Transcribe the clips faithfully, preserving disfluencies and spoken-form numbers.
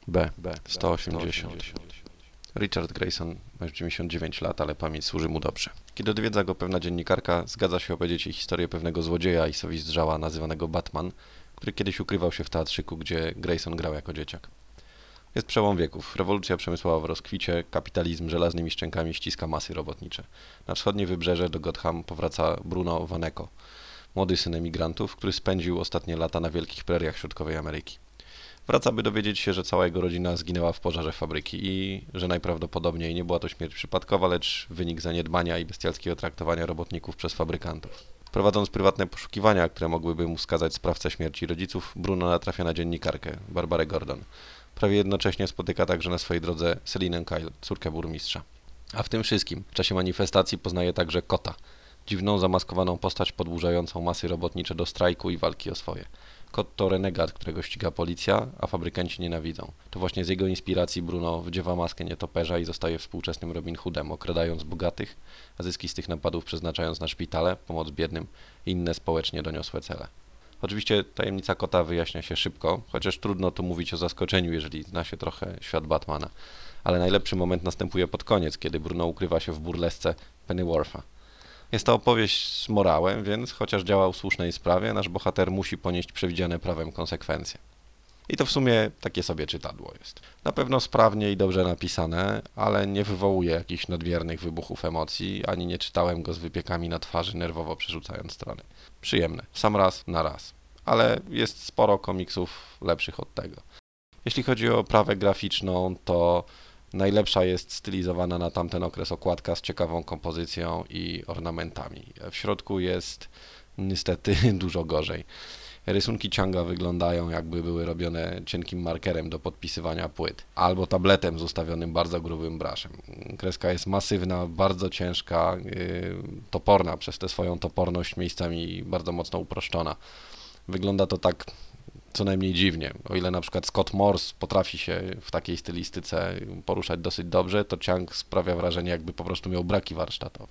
B. sto osiemdziesiąt. Richard Grayson ma już dziewięćdziesiąt dziewięć lat, ale pamięć służy mu dobrze. Kiedy odwiedza go pewna dziennikarka, zgadza się opowiedzieć jej historię pewnego złodzieja i sowizdrzała nazywanego Batman, który kiedyś ukrywał się w teatrzyku, gdzie Grayson grał jako dzieciak. Jest przełom wieków, rewolucja przemysłowa w rozkwicie, kapitalizm żelaznymi szczękami ściska masy robotnicze. Na wschodnie wybrzeże do Gotham powraca Bruno Vaneko, młody syn emigrantów, który spędził ostatnie lata na wielkich preriach środkowej Ameryki. Wraca, by dowiedzieć się, że cała jego rodzina zginęła w pożarze fabryki i że najprawdopodobniej nie była to śmierć przypadkowa, lecz wynik zaniedbania i bestialskiego traktowania robotników przez fabrykantów. Prowadząc prywatne poszukiwania, które mogłyby mu wskazać sprawcę śmierci rodziców, Bruno natrafia na dziennikarkę, Barbarę Gordon. Prawie jednocześnie spotyka także na swojej drodze Celinę Kyle, córkę burmistrza. A w tym wszystkim, w czasie manifestacji poznaje także Kota, dziwną, zamaskowaną postać podburzającą masy robotnicze do strajku i walki o swoje. Kot to renegat, którego ściga policja, a fabrykanci nienawidzą. To właśnie z jego inspiracji Bruno wdziewa maskę nietoperza i zostaje współczesnym Robin Hoodem, okradając bogatych, a zyski z tych napadów przeznaczając na szpitale, pomoc biednym i inne społecznie doniosłe cele. Oczywiście tajemnica Kota wyjaśnia się szybko, chociaż trudno tu mówić o zaskoczeniu, jeżeli zna się trochę świat Batmana. Ale najlepszy moment następuje pod koniec, kiedy Bruno ukrywa się w burlesce Pennywortha. Jest to opowieść z morałem, więc chociaż działa w słusznej sprawie, nasz bohater musi ponieść przewidziane prawem konsekwencje. I to w sumie takie sobie czytadło jest. Na pewno sprawnie i dobrze napisane, ale nie wywołuje jakichś nadmiernych wybuchów emocji, ani nie czytałem go z wypiekami na twarzy, nerwowo przerzucając strony. Przyjemne, w sam raz na raz. Ale jest sporo komiksów lepszych od tego. Jeśli chodzi o oprawę graficzną, to najlepsza jest stylizowana na tamten okres okładka z ciekawą kompozycją i ornamentami. W środku jest niestety dużo gorzej. Rysunki Chianga wyglądają, jakby były robione cienkim markerem do podpisywania płyt, albo tabletem z ustawionym bardzo grubym braszem. Kreska jest masywna, bardzo ciężka, yy, toporna, przez tę swoją toporność miejscami bardzo mocno uproszczona. Wygląda to tak co najmniej dziwnie. O ile na przykład Scott Morse potrafi się w takiej stylistyce poruszać dosyć dobrze, to Chiang sprawia wrażenie, jakby po prostu miał braki warsztatowe.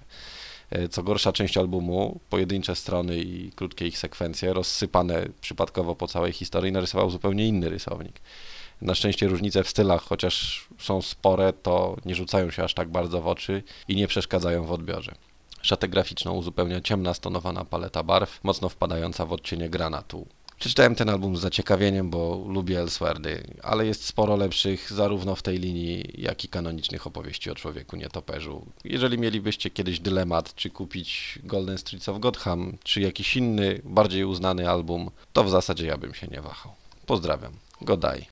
Co gorsza część albumu, pojedyncze strony i krótkie ich sekwencje, rozsypane przypadkowo po całej historii, narysował zupełnie inny rysownik. Na szczęście różnice w stylach, chociaż są spore, to nie rzucają się aż tak bardzo w oczy i nie przeszkadzają w odbiorze. Szatę graficzną uzupełnia ciemna, stonowana paleta barw, mocno wpadająca w odcienie granatu. Przeczytałem ten album z zaciekawieniem, bo lubię Elseworldy, ale jest sporo lepszych zarówno w tej linii, jak i kanonicznych opowieści o człowieku nietoperzu. Jeżeli mielibyście kiedyś dylemat, czy kupić Golden Streets of Gotham, czy jakiś inny, bardziej uznany album, to w zasadzie ja bym się nie wahał. Pozdrawiam. Godaj.